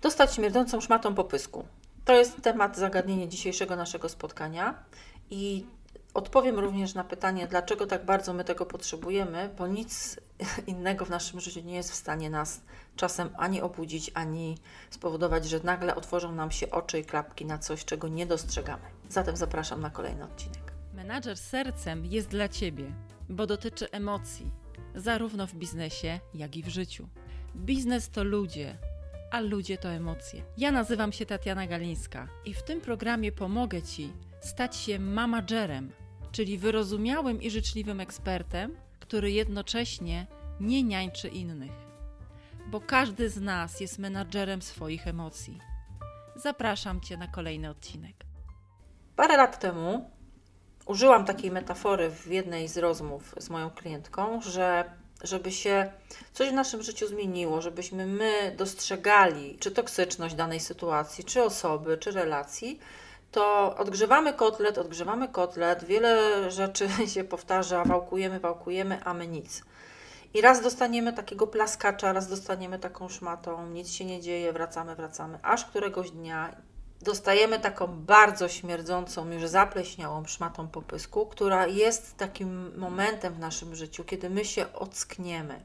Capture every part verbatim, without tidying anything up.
Dostać śmierdzącą szmatą po pysku. To jest temat, zagadnienie dzisiejszego naszego spotkania i odpowiem również na pytanie, dlaczego tak bardzo my tego potrzebujemy, bo nic innego w naszym życiu nie jest w stanie nas czasem ani obudzić, ani spowodować, że nagle otworzą nam się oczy i klapki na coś, czego nie dostrzegamy. Zatem zapraszam na kolejny odcinek. Menadżer sercem jest dla Ciebie, bo dotyczy emocji, zarówno w biznesie, jak i w życiu. Biznes to ludzie, a ludzie to emocje. Ja nazywam się Tatiana Galińska i w tym programie pomogę Ci stać się mamagerem, czyli wyrozumiałym i życzliwym ekspertem, który jednocześnie nie niańczy innych. Bo każdy z nas jest menadżerem swoich emocji. Zapraszam Cię na kolejny odcinek. Parę lat temu użyłam takiej metafory w jednej z rozmów z moją klientką, że żeby się coś w naszym życiu zmieniło, żebyśmy my dostrzegali czy toksyczność danej sytuacji, czy osoby, czy relacji, to odgrzewamy kotlet, odgrzewamy kotlet, wiele rzeczy się powtarza, wałkujemy, wałkujemy, a my nic. I raz dostaniemy takiego plaskacza, raz dostaniemy taką szmatą, nic się nie dzieje, wracamy, wracamy, aż któregoś dnia dostajemy taką bardzo śmierdzącą, już zapleśniałą szmatą po pysku, która jest takim momentem w naszym życiu, kiedy my się ockniemy.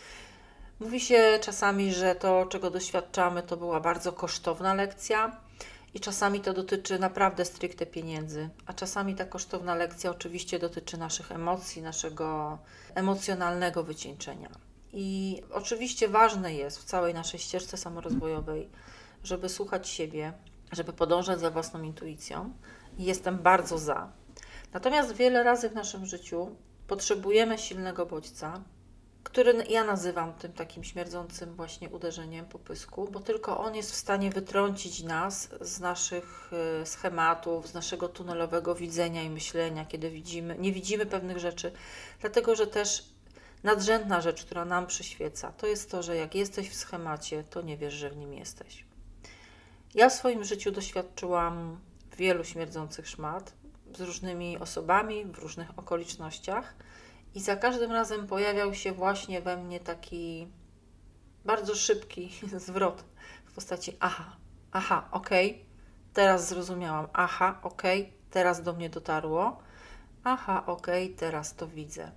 Mówi się czasami, że to, czego doświadczamy, to była bardzo kosztowna lekcja i czasami to dotyczy naprawdę stricte pieniędzy, a czasami ta kosztowna lekcja oczywiście dotyczy naszych emocji, naszego emocjonalnego wycieńczenia. I oczywiście ważne jest w całej naszej ścieżce samorozwojowej, żeby słuchać siebie, żeby podążać za własną intuicją i jestem bardzo za. Natomiast wiele razy w naszym życiu potrzebujemy silnego bodźca, który ja nazywam tym takim śmierdzącym właśnie uderzeniem po pysku, bo tylko on jest w stanie wytrącić nas z naszych schematów, z naszego tunelowego widzenia i myślenia, kiedy widzimy, nie widzimy pewnych rzeczy, dlatego że też nadrzędna rzecz, która nam przyświeca, to jest to, że jak jesteś w schemacie, to nie wiesz, że w nim jesteś. Ja w swoim życiu doświadczyłam wielu śmierdzących szmat z różnymi osobami, w różnych okolicznościach i za każdym razem pojawiał się właśnie we mnie taki bardzo szybki zwrot w postaci aha, aha, okej, okay, teraz zrozumiałam, aha, okej, okay, teraz do mnie dotarło, aha, okej, okay, teraz to widzę.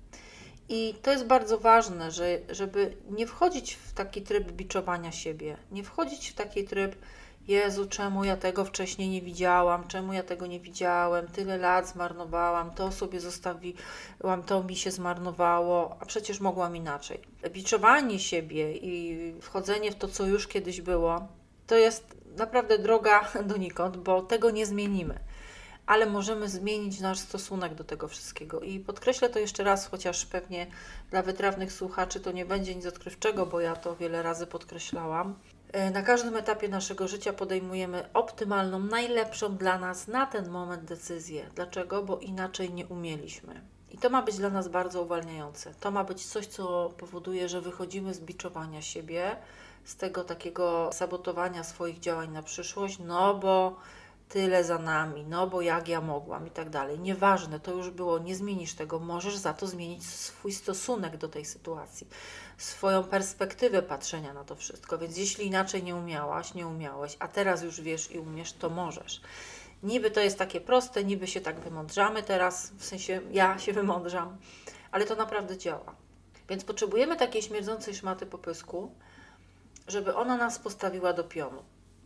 I to jest bardzo ważne, że, żeby nie wchodzić w taki tryb biczowania siebie, nie wchodzić w taki tryb Jezu, czemu ja tego wcześniej nie widziałam, czemu ja tego nie widziałem, tyle lat zmarnowałam, to sobie zostawiłam, to mi się zmarnowało, a przecież mogłam inaczej. Biczowanie siebie i wchodzenie w to, co już kiedyś było, to jest naprawdę droga donikąd, bo tego nie zmienimy. Ale możemy zmienić nasz stosunek do tego wszystkiego. I podkreślę to jeszcze raz, chociaż pewnie dla wytrawnych słuchaczy to nie będzie nic odkrywczego, bo ja to wiele razy podkreślałam. Na każdym etapie naszego życia podejmujemy optymalną, najlepszą dla nas na ten moment decyzję. Dlaczego? Bo inaczej nie umieliśmy. I to ma być dla nas bardzo uwalniające. To ma być coś, co powoduje, że wychodzimy z biczowania siebie, z tego takiego sabotowania swoich działań na przyszłość, no bo tyle za nami, no bo jak ja mogłam i tak dalej. Nieważne, to już było, nie zmienisz tego, możesz za to zmienić swój stosunek do tej sytuacji, swoją perspektywę patrzenia na to wszystko, więc jeśli inaczej nie umiałaś, nie umiałeś, a teraz już wiesz i umiesz, to możesz. Niby to jest takie proste, niby się tak wymądrzamy teraz, w sensie ja się wymądrzam, ale to naprawdę działa. Więc potrzebujemy takiej śmierdzącej szmaty po pysku, żeby ona nas postawiła do pionu.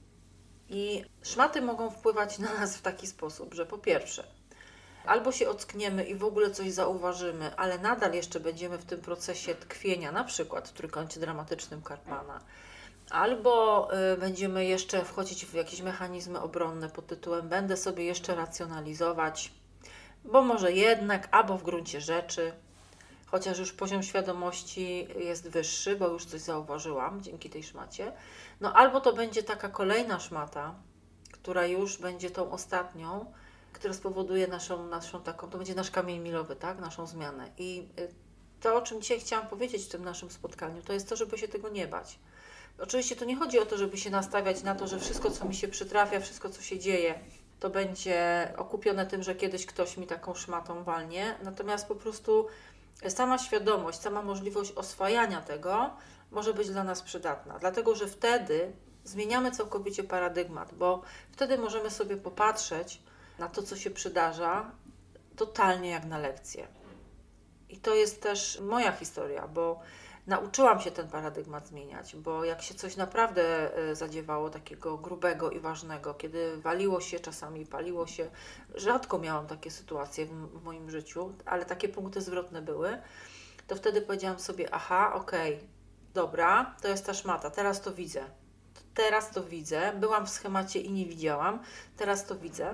I szmaty mogą wpływać na nas w taki sposób, że po pierwsze, albo się ockniemy i w ogóle coś zauważymy, ale nadal jeszcze będziemy w tym procesie tkwienia, na przykład w trójkącie dramatycznym Karpmana, albo y, będziemy jeszcze wchodzić w jakieś mechanizmy obronne pod tytułem będę sobie jeszcze racjonalizować, bo może jednak, albo w gruncie rzeczy, chociaż już poziom świadomości jest wyższy, bo już coś zauważyłam dzięki tej szmacie, no albo to będzie taka kolejna szmata, która już będzie tą ostatnią, która spowoduje naszą, naszą taką, to będzie nasz kamień milowy, tak, naszą zmianę. I to, o czym dzisiaj chciałam powiedzieć w tym naszym spotkaniu, to jest to, żeby się tego nie bać. Oczywiście to nie chodzi o to, żeby się nastawiać na to, że wszystko, co mi się przytrafia, wszystko, co się dzieje, to będzie okupione tym, że kiedyś ktoś mi taką szmatą walnie, natomiast po prostu sama świadomość, sama możliwość oswajania tego może być dla nas przydatna, dlatego że wtedy Zmieniamy całkowicie paradygmat, bo wtedy możemy sobie popatrzeć na to, co się przydarza, totalnie jak na lekcję. I to jest też moja historia, bo nauczyłam się ten paradygmat zmieniać, bo jak się coś naprawdę zadziewało takiego grubego i ważnego, kiedy waliło się czasami, paliło się, rzadko miałam takie sytuacje w, w moim życiu, ale takie punkty zwrotne były, to wtedy powiedziałam sobie, aha, okej, okay, dobra, to jest ta szmata, teraz to widzę. Teraz to widzę, byłam w schemacie i nie widziałam, teraz to widzę.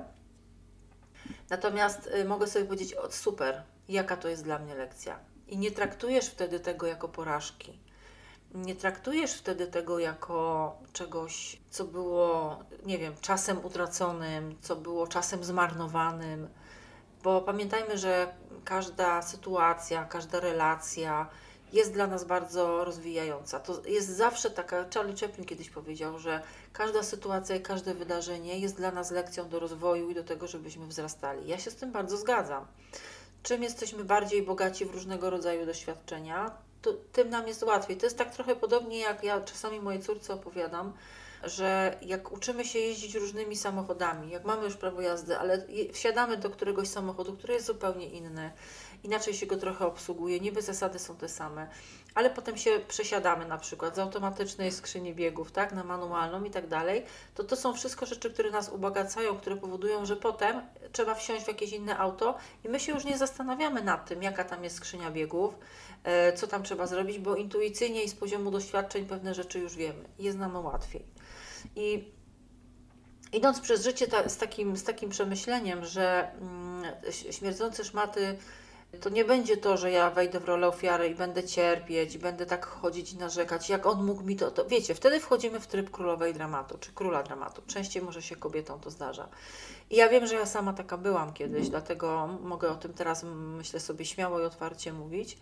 Natomiast y, mogę sobie powiedzieć, o, super, jaka to jest dla mnie lekcja. I nie traktujesz wtedy tego jako porażki. Nie traktujesz wtedy tego jako czegoś, co było, nie wiem, czasem utraconym, co było czasem zmarnowanym. Bo pamiętajmy, że każda sytuacja, każda relacja jest dla nas bardzo rozwijająca. To jest zawsze taka, Charlie Chaplin kiedyś powiedział, że każda sytuacja i każde wydarzenie jest dla nas lekcją do rozwoju i do tego, żebyśmy wzrastali. Ja się z tym bardzo zgadzam. Czym jesteśmy bardziej bogaci w różnego rodzaju doświadczenia, to tym nam jest łatwiej. To jest tak trochę podobnie, jak ja czasami mojej córce opowiadam, że jak uczymy się jeździć różnymi samochodami, jak mamy już prawo jazdy, ale wsiadamy do któregoś samochodu, który jest zupełnie inny, inaczej się go trochę obsługuje, niby zasady są te same, ale potem się przesiadamy na przykład z automatycznej skrzyni biegów, tak, na manualną i tak dalej, to to są wszystko rzeczy, które nas ubogacają, które powodują, że potem trzeba wsiąść w jakieś inne auto i my się już nie zastanawiamy nad tym, jaka tam jest skrzynia biegów, co tam trzeba zrobić, bo intuicyjnie i z poziomu doświadczeń pewne rzeczy już wiemy i jest nam łatwiej. I idąc przez życie ta, z, takim, z takim przemyśleniem, że mm, śmierdzące szmaty to nie będzie to, że ja wejdę w rolę ofiary i będę cierpieć, i będę tak chodzić i narzekać, jak on mógł mi to, to... Wiecie, wtedy wchodzimy w tryb królowej dramatu, czy króla dramatu. Częściej może się kobietom to zdarza. I ja wiem, że ja sama taka byłam kiedyś, dlatego mogę o tym teraz, myślę sobie, śmiało i otwarcie mówić.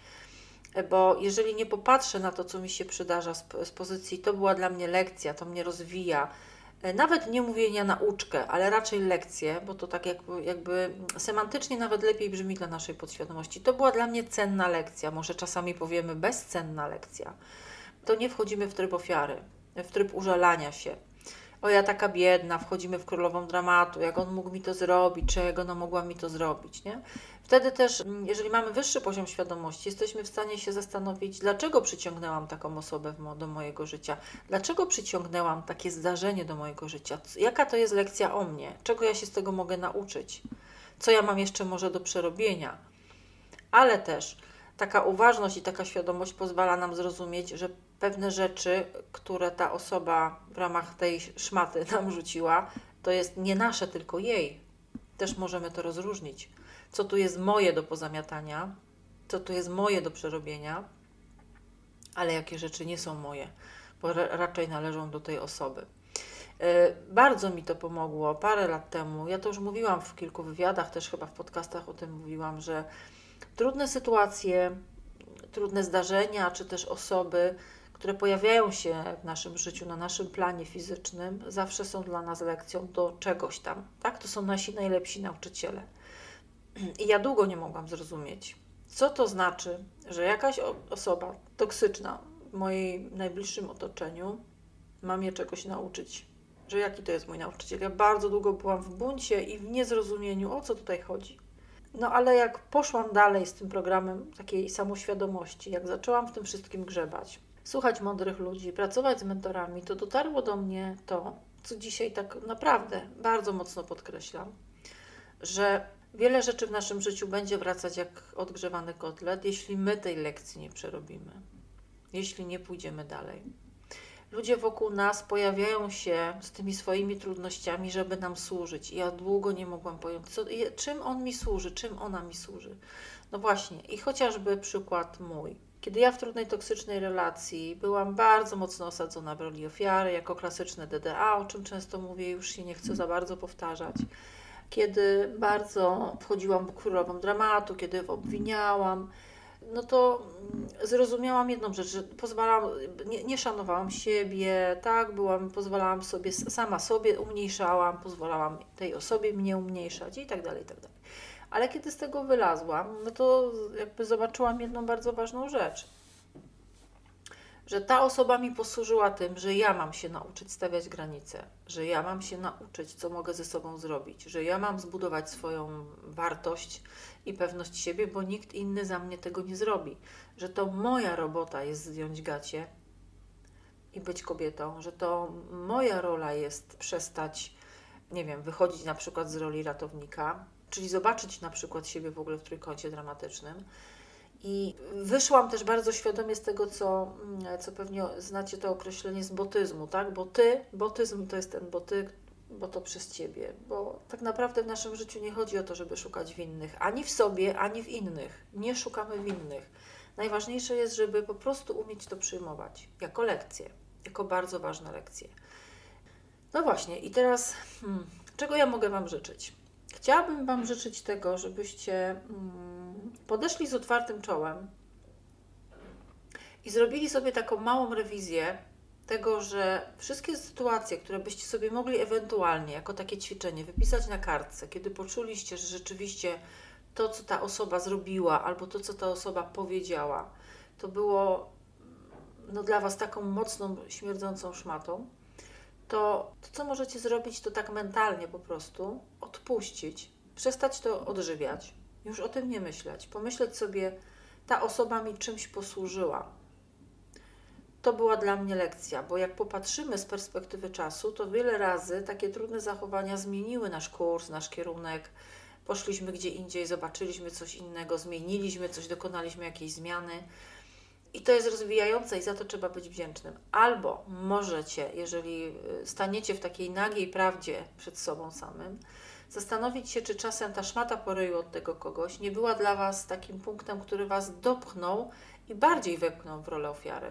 Bo jeżeli nie popatrzę na to, co mi się przydarza z, z pozycji, to była dla mnie lekcja, to mnie rozwija, nawet nie mówienia nauczkę, ale raczej lekcję, bo to tak jakby, jakby semantycznie nawet lepiej brzmi dla naszej podświadomości. To była dla mnie cenna lekcja, może czasami powiemy bezcenna lekcja. To nie wchodzimy w tryb ofiary, w tryb użalania się. O, ja taka biedna, wchodzimy w królową dramatu, jak on mógł mi to zrobić, czego ona mogła mi to zrobić, nie? Wtedy też, jeżeli mamy wyższy poziom świadomości, jesteśmy w stanie się zastanowić, dlaczego przyciągnęłam taką osobę do mojego życia, dlaczego przyciągnęłam takie zdarzenie do mojego życia, jaka to jest lekcja o mnie, czego ja się z tego mogę nauczyć, co ja mam jeszcze może do przerobienia. Ale też taka uważność i taka świadomość pozwala nam zrozumieć, że pewne rzeczy, które ta osoba w ramach tej szmaty nam rzuciła, to jest nie nasze, tylko jej. Też możemy to rozróżnić. Co tu jest moje do pozamiatania, co tu jest moje do przerobienia, ale jakie rzeczy nie są moje, bo raczej należą do tej osoby. Yy, bardzo mi to pomogło parę lat temu. Ja to już mówiłam w kilku wywiadach, też chyba w podcastach o tym mówiłam, że trudne sytuacje, trudne zdarzenia, czy też osoby, które pojawiają się w naszym życiu, na naszym planie fizycznym, zawsze są dla nas lekcją do czegoś tam. Tak? To są nasi najlepsi nauczyciele. I ja długo nie mogłam zrozumieć, co to znaczy, że jakaś osoba toksyczna w moim najbliższym otoczeniu ma mnie czegoś nauczyć. Że jaki to jest mój nauczyciel. Ja bardzo długo byłam w buncie i w niezrozumieniu, o co tutaj chodzi. No ale jak poszłam dalej z tym programem takiej samoświadomości, jak zaczęłam w tym wszystkim grzebać, słuchać mądrych ludzi, pracować z mentorami, to dotarło do mnie to, co dzisiaj tak naprawdę bardzo mocno podkreślam, że wiele rzeczy w naszym życiu będzie wracać jak odgrzewany kotlet, jeśli my tej lekcji nie przerobimy, jeśli nie pójdziemy dalej. Ludzie wokół nas pojawiają się z tymi swoimi trudnościami, żeby nam służyć. I ja długo nie mogłam pojąć, co, czym on mi służy, czym ona mi służy. No właśnie, i chociażby przykład mój. Kiedy ja w trudnej, toksycznej relacji byłam bardzo mocno osadzona w roli ofiary, jako klasyczne D D A, o czym często mówię, już się nie chcę za bardzo powtarzać. Kiedy bardzo wchodziłam w królową dramatu, kiedy obwiniałam, no to zrozumiałam jedną rzecz, że pozwalałam, nie, nie szanowałam siebie, tak, byłam, pozwalałam sobie, sama sobie umniejszałam, pozwalałam tej osobie mnie umniejszać i tak dalej, i tak dalej. Ale kiedy z tego wylazłam, no to jakby zobaczyłam jedną bardzo ważną rzecz, że ta osoba mi posłużyła tym, że ja mam się nauczyć stawiać granice, że ja mam się nauczyć, co mogę ze sobą zrobić, że ja mam zbudować swoją wartość i pewność siebie, bo nikt inny za mnie tego nie zrobi, że to moja robota jest zdjąć gacie i być kobietą, że to moja rola jest przestać, nie wiem, wychodzić na przykład z roli ratownika, czyli zobaczyć na przykład siebie w ogóle w trójkącie dramatycznym. I wyszłam też bardzo świadomie z tego, co, co pewnie znacie to określenie z botyzmu, tak? Bo ty, botyzm to jest ten, bo ty, bo to przez ciebie. Bo tak naprawdę w naszym życiu nie chodzi o to, żeby szukać winnych, ani w sobie, ani w innych. Nie szukamy winnych. Najważniejsze jest, żeby po prostu umieć to przyjmować jako lekcję, jako bardzo ważne lekcje. No właśnie, i teraz, hmm, czego ja mogę Wam życzyć? Chciałabym Wam życzyć tego, żebyście mm, podeszli z otwartym czołem i zrobili sobie taką małą rewizję tego, że wszystkie sytuacje, które byście sobie mogli ewentualnie jako takie ćwiczenie wypisać na kartce, kiedy poczuliście, że rzeczywiście to, co ta osoba zrobiła, albo to, co ta osoba powiedziała, to było no, dla Was taką mocną, śmierdzącą szmatą, to, to co możecie zrobić, to tak mentalnie po prostu odpuścić, przestać to odżywiać, już o tym nie myśleć, pomyśleć sobie, ta osoba mi czymś posłużyła. To była dla mnie lekcja, bo jak popatrzymy z perspektywy czasu, to wiele razy takie trudne zachowania zmieniły nasz kurs, nasz kierunek, poszliśmy gdzie indziej, zobaczyliśmy coś innego, zmieniliśmy coś, dokonaliśmy jakiejś zmiany. I to jest rozwijające i za to trzeba być wdzięcznym. Albo możecie, jeżeli staniecie w takiej nagiej prawdzie przed sobą samym, zastanowić się, czy czasem ta szmata po ryju od tego kogoś nie była dla Was takim punktem, który Was dopchnął i bardziej wepchnął w rolę ofiary.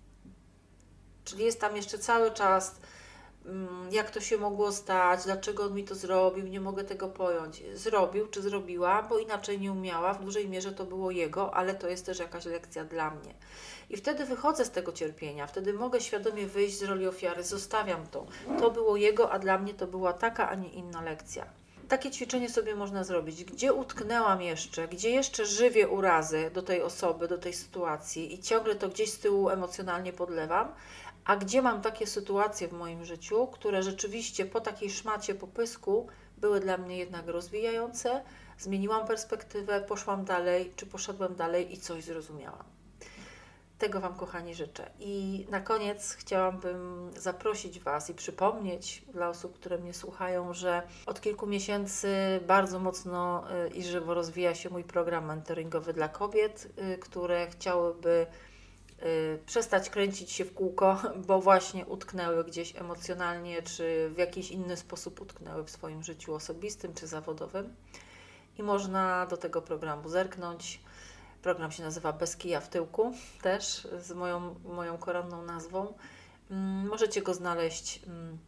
Czyli jest tam jeszcze cały czas, jak to się mogło stać, dlaczego on mi to zrobił, nie mogę tego pojąć. Zrobił czy zrobiła, bo inaczej nie umiała, w dużej mierze to było jego, ale to jest też jakaś lekcja dla mnie. I wtedy wychodzę z tego cierpienia, wtedy mogę świadomie wyjść z roli ofiary, zostawiam to. To było jego, a dla mnie to była taka, a nie inna lekcja. Takie ćwiczenie sobie można zrobić. Gdzie utknęłam jeszcze, gdzie jeszcze żywię urazy do tej osoby, do tej sytuacji i ciągle to gdzieś z tyłu emocjonalnie podlewam, a gdzie mam takie sytuacje w moim życiu, które rzeczywiście po takiej szmacie, po pysku były dla mnie jednak rozwijające, zmieniłam perspektywę, poszłam dalej, czy poszedłem dalej i coś zrozumiałam. Tego Wam, kochani, życzę. I na koniec chciałabym zaprosić Was i przypomnieć dla osób, które mnie słuchają, że od kilku miesięcy bardzo mocno i żywo rozwija się mój program mentoringowy dla kobiet, które chciałyby przestać kręcić się w kółko, bo właśnie utknęły gdzieś emocjonalnie, czy w jakiś inny sposób utknęły w swoim życiu osobistym czy zawodowym. I można do tego programu zerknąć. Program się nazywa Bez kija w tyłku, też z moją, moją koronną nazwą. Możecie go znaleźć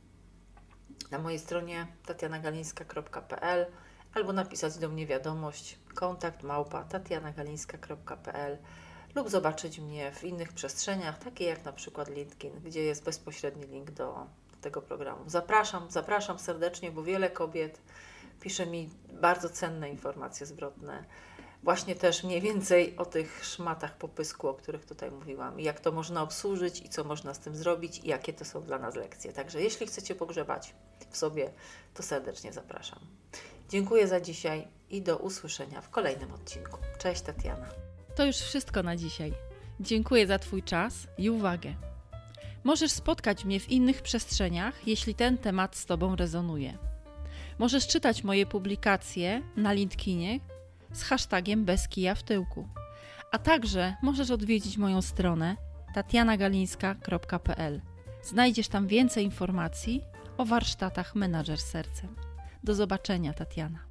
na mojej stronie tatiana galińska kropka p l albo napisać do mnie wiadomość kontakt małpa tatiana galińska kropka p l lub zobaczyć mnie w innych przestrzeniach, takie jak na przykład LinkedIn, gdzie jest bezpośredni link do, do tego programu. Zapraszam, zapraszam serdecznie, bo wiele kobiet pisze mi bardzo cenne informacje zwrotne. Właśnie też mniej więcej o tych szmatach po pysku, o których tutaj mówiłam. I jak to można obsłużyć i co można z tym zrobić i jakie to są dla nas lekcje. Także jeśli chcecie pogrzebać w sobie, to serdecznie zapraszam. Dziękuję za dzisiaj i do usłyszenia w kolejnym odcinku. Cześć, Tatiana. To już wszystko na dzisiaj. Dziękuję za Twój czas i uwagę. Możesz spotkać mnie w innych przestrzeniach, jeśli ten temat z Tobą rezonuje. Możesz czytać moje publikacje na LinkedInie z hashtagiem Bez kija w tyłku. A także możesz odwiedzić moją stronę tatiana galińska kropka p l. Znajdziesz tam więcej informacji o warsztatach Menadżer Sercem. Do zobaczenia, Tatiana.